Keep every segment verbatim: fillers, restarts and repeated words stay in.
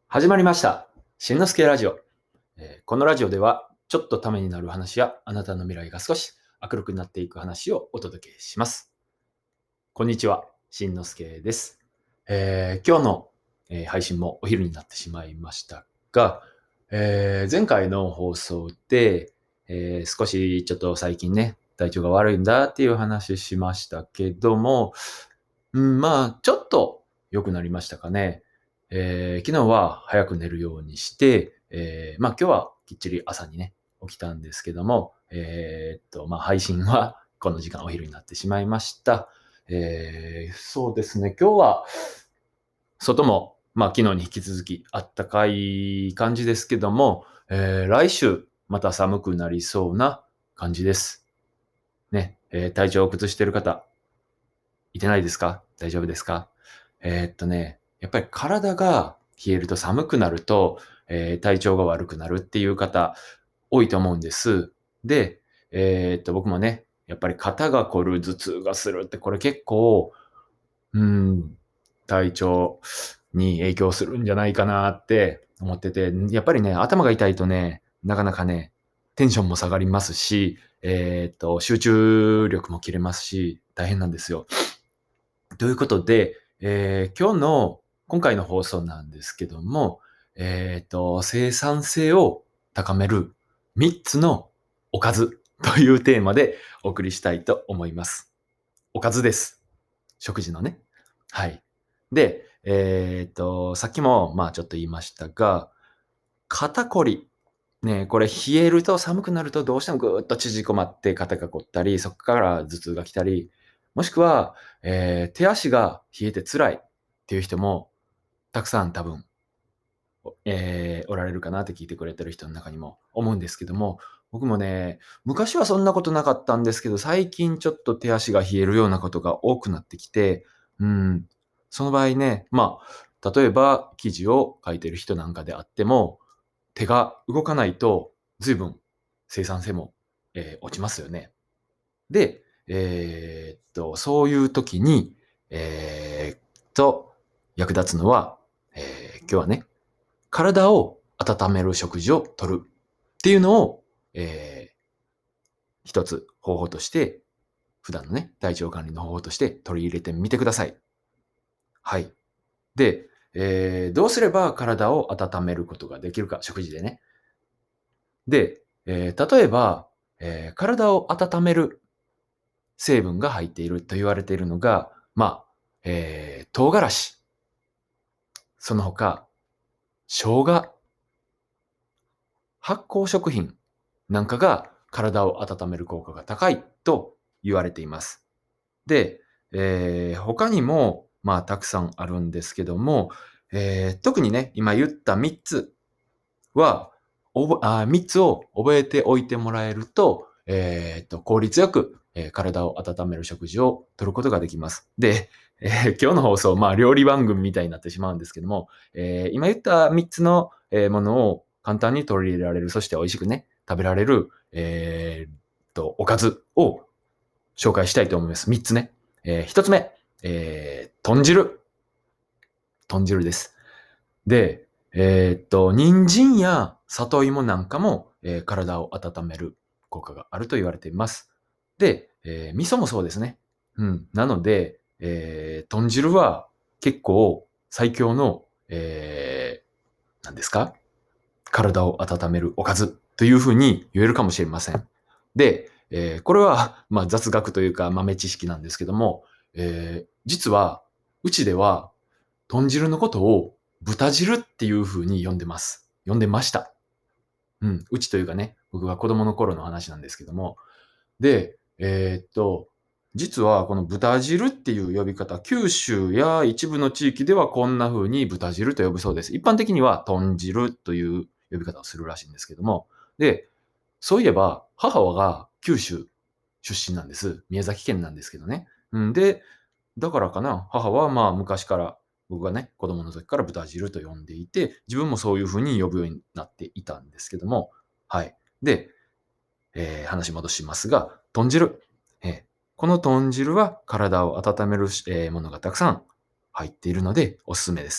始まりました。しんのすけラジオ、えーこのラジオでは、ちょっとためになる話や、あなたの未来が少し明るくなっていく話をお届けします。こんにちは、しんのすけです。えー今日の、えー配信もお昼になってしまいましたが、えー前回の放送で、えー少しちょっと最近ね、体調が悪いんだっていう話しましたけども、うん、まあ、ちょっと良くなりましたかね。えー昨日は早く寝るようにして、えーまあ今日はきっちり朝にね、起きたんですけども、えーっと、まあ配信はこの時間お昼になってしまいました。えーそうですね、今日は外も、まあ昨日に引き続きあったかい感じですけども、えー来週また寒くなりそうな感じです。ね、えー体調を崩している方、いてないですか？大丈夫ですか？えーっとね、やっぱり体が冷えると寒くなると、えー体調が悪くなるっていう方多いと思うんです。で、えーっと、僕もね、やっぱり肩が凝る、頭痛がするってこれ結構、うん、体調に影響するんじゃないかなって思ってて、やっぱりね、頭が痛いとね、なかなかね、テンションも下がりますし、えーっと、集中力も切れますし、大変なんですよ。ということで、えー今日の、今回の放送なんですけども、えっと、生産性を高めるみっつのおかずというテーマでお送りしたいと思います。おかずです。食事のね。はい。で、えっと、さっきも、まあちょっと言いましたが、肩こり。ね、これ冷えると寒くなるとどうしてもぐーっと縮こまって肩が凝ったり、そこから頭痛が来たり、もしくは、えー手足が冷えて辛いっていう人もたくさん多分、おえーおられるかなって聞いてくれてる人の中にも思うんですけども、僕もね、昔はそんなことなかったんですけど、最近ちょっと手足が冷えるようなことが多くなってきて、うん、その場合ね、まあ、例えば記事を書いてる人なんかであっても、手が動かないと随分生産性も、えー落ちますよね。で、えーっと、そういう時に、えーっと、役立つのは、えー今日はね、体を温める食事をとるっていうのを、えー一つ方法として、普段のね、体調管理の方法として取り入れてみてください。はい。で、えーどうすれば体を温めることができるか、食事でね。で、えー例えば、えー体を温める成分が入っていると言われているのが、まあ、えー唐辛子、その他、生姜、発酵食品なんかが体を温める効果が高いと言われています。で、えー他にも、まあ、たくさんあるんですけども、えー特にね、今言ったみっつは、おぼあみっつを覚えておいてもらえると、えーっと、効率よく、えー体を温める食事をとることができます。で、えー今日の放送、まあ、料理番組みたいになってしまうんですけども、えー今言ったみっつの、えーものを簡単に取り入れられる、そして美味しくね、食べられる、えーっと、おかずを紹介したいと思います。みっつね。えー、ひとつめ、えー、豚汁。豚汁です。で、えーっと、人参や里芋なんかも、えー体を温める効果があると言われています。で、えー味噌もそうですね。うん。なので、えー豚汁は結構最強の、えー、何ですか？体を温めるおかずというふうに言えるかもしれません。で、えーこれは、まあ、雑学というか豆知識なんですけども、えー実は、うちでは豚汁のことを豚汁っていう風に呼んでます。呼んでました。うん。うちというかね、僕が子供の頃の話なんですけども。で、えーっと、実はこの豚汁っていう呼び方、九州や一部の地域ではこんな風に豚汁と呼ぶそうです。一般的には豚汁という呼び方をするらしいんですけども。で、そういえば母が九州出身なんです。宮崎県なんですけどね。うん。で、だからかな、母はまあ昔から、僕がね、子供の時から豚汁と呼んでいて、自分もそういう風に呼ぶようになっていたんですけども、はい。で、えー話戻しますが、豚汁。えーこの豚汁は体を温めるし、えーものがたくさん入っているのでおすすめです。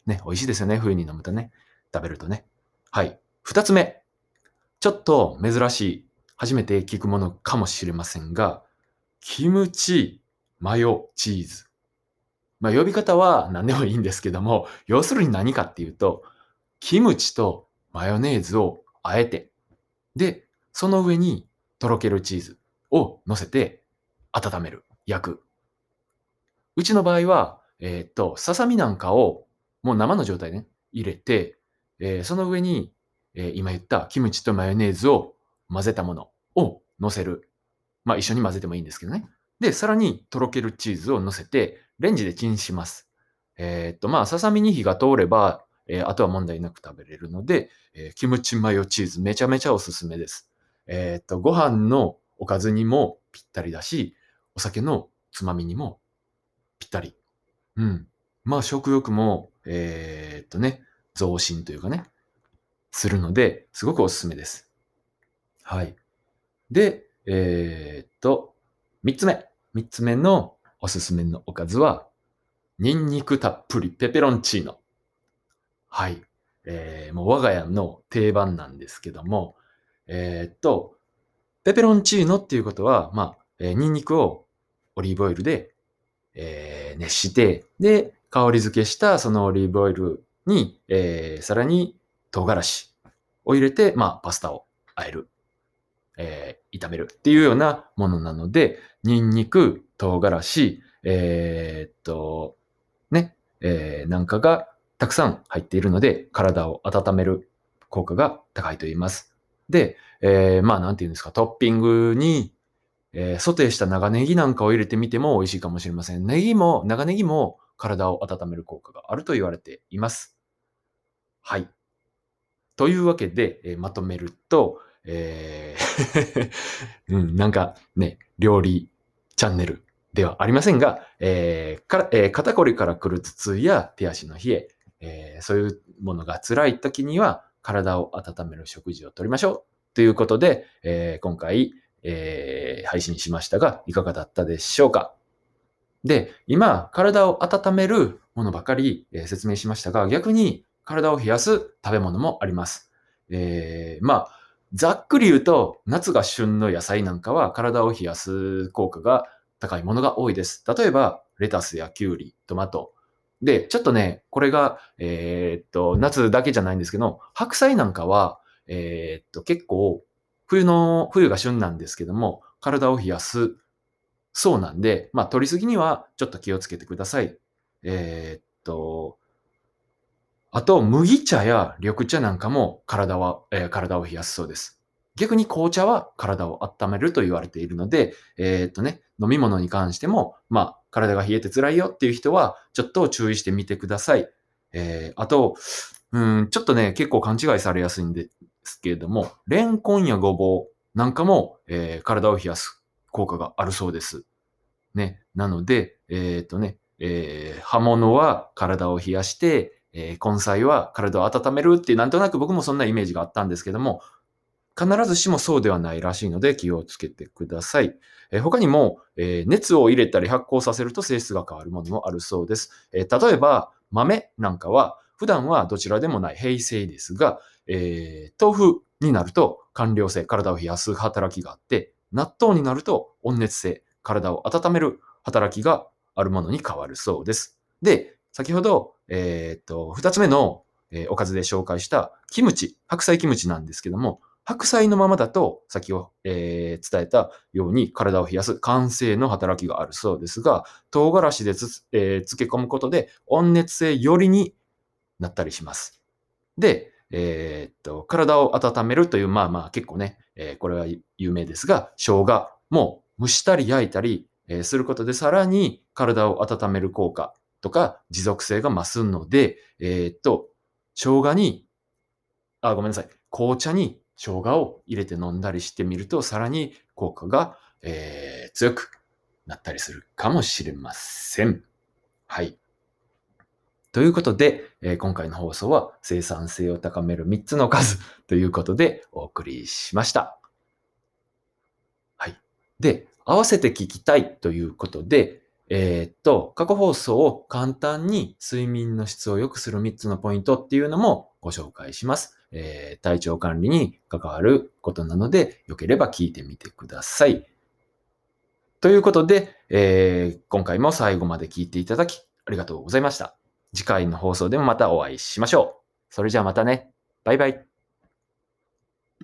ね、美味しいですよね。冬に飲むとね。食べるとね。はい。二つ目。ちょっと珍しい、初めて聞くものかもしれませんが、キムチ、マヨ、チーズ。まあ、呼び方は何でもいいんですけども、要するに何かっていうと、キムチとマヨネーズをあえて、で、その上にとろけるチーズを乗せて温める、焼く。うちの場合は、えーっと、ささみなんかをもう生の状態でね、入れて、えーその上に、えー今言ったキムチとマヨネーズを混ぜたものを乗せる。まあ一緒に混ぜてもいいんですけどね。で、さらにとろけるチーズを乗せて、レンジでチンします。えーっと、まあ、ささみに火が通れば、えーあとは問題なく食べれるので、えーキムチマヨチーズめちゃめちゃおすすめです。えーっと、ご飯のおかずにもぴったりだし、お酒のつまみにもぴったり。うん。まあ、食欲も、えーっとね、増進というかね、するので、すごくおすすめです。はい。で、えーっと、三つ目。三つ目のおすすめのおかずは、ニンニクたっぷりペペロンチーノ。はい。えー、もう我が家の定番なんですけども、えーっと、ペペロンチーノっていうことは、まあ、えーニンニクをオリーブオイルで、えー熱して、で、香り付けしたそのオリーブオイルに、えーさらに唐辛子を入れて、まあ、パスタを和える。えー炒めるっていうようなものなので、ニンニク、唐辛子、えーっと、ね、えーなんかがたくさん入っているので、体を温める効果が高いと言います。で、えーまあ、なんていうんですか、トッピングに、えーソテーした長ネギなんかを入れてみても美味しいかもしれません。ネギも、長ネギも体を温める効果があると言われています。はい。というわけで、えーまとめると、えーうん、なんかね、料理チャンネルではありませんが、えーからえー肩こりから来る頭痛や手足の冷え、えーそういうものが辛い時には体を温める食事をとりましょうということで、えー今回、えー配信しましたが、いかがだったでしょうか。で、今、体を温めるものばかり、えー説明しましたが、逆に体を冷やす食べ物もあります。えーまあ、ざっくり言うと、夏が旬の野菜なんかは体を冷やす効果が高いものが多いです。例えば、レタスやキュウリ、トマト。で、ちょっとね、これが、えーっと、夏だけじゃないんですけど、白菜なんかは、えーっと、結構、冬の、冬が旬なんですけども、体を冷やすそうなんで、まあ、取りすぎにはちょっと気をつけてください。えーっと、あと、麦茶や緑茶なんかも体は、えー体を冷やすそうです。逆に紅茶は体を温めると言われているので、えーっとね、飲み物に関しても、まあ、体が冷えて辛いよっていう人は、ちょっと注意してみてください。えーあと、うん、ちょっとね、結構勘違いされやすいんですけれども、レンコンやごぼうなんかも、えー体を冷やす効果があるそうです。ね。なので、えっとね、えー葉物は体を冷やして、えー根菜は体を温めるっていう、なんとなく僕もそんなイメージがあったんですけども、必ずしもそうではないらしいので気をつけてください。えー他にも、えー熱を入れたり発酵させると性質が変わるものもあるそうです。えー例えば、豆なんかは、普段はどちらでもない平成ですが、えー豆腐になると寒涼性、体を冷やす働きがあって、納豆になると温熱性、体を温める働きがあるものに変わるそうです。で、先ほど、えーっと、二つ目の、えーおかずで紹介したキムチ、白菜キムチなんですけども、白菜のままだと、先を、えー伝えたように体を冷やす寒性の働きがあるそうですが、唐辛子でつ、えー漬け込むことで温熱性よりになったりします。で、えーっと、体を温めるという、まあまあ結構ね、えーこれは有名ですが、生姜も蒸したり焼いたり、えーすることでさらに体を温める効果とか持続性が増すので、えーっと、生姜にあ、ごめんなさい。紅茶に生姜を入れて飲んだりしてみると、さらに効果が、えー強くなったりするかもしれません。はい。ということで、えー今回の放送は生産性を高めるみっつの数ということでお送りしました。はい。で、合わせて聞きたいということで、 えーっと、過去放送を簡単に睡眠の質を良くするみっつのポイントっていうのもご紹介します。えー体調管理に関わることなので、よければ聞いてみてください。ということで、えー今回も最後まで聞いていただきありがとうございました。次回の放送でもまたお会いしましょう。それじゃあまたね。バイバイ。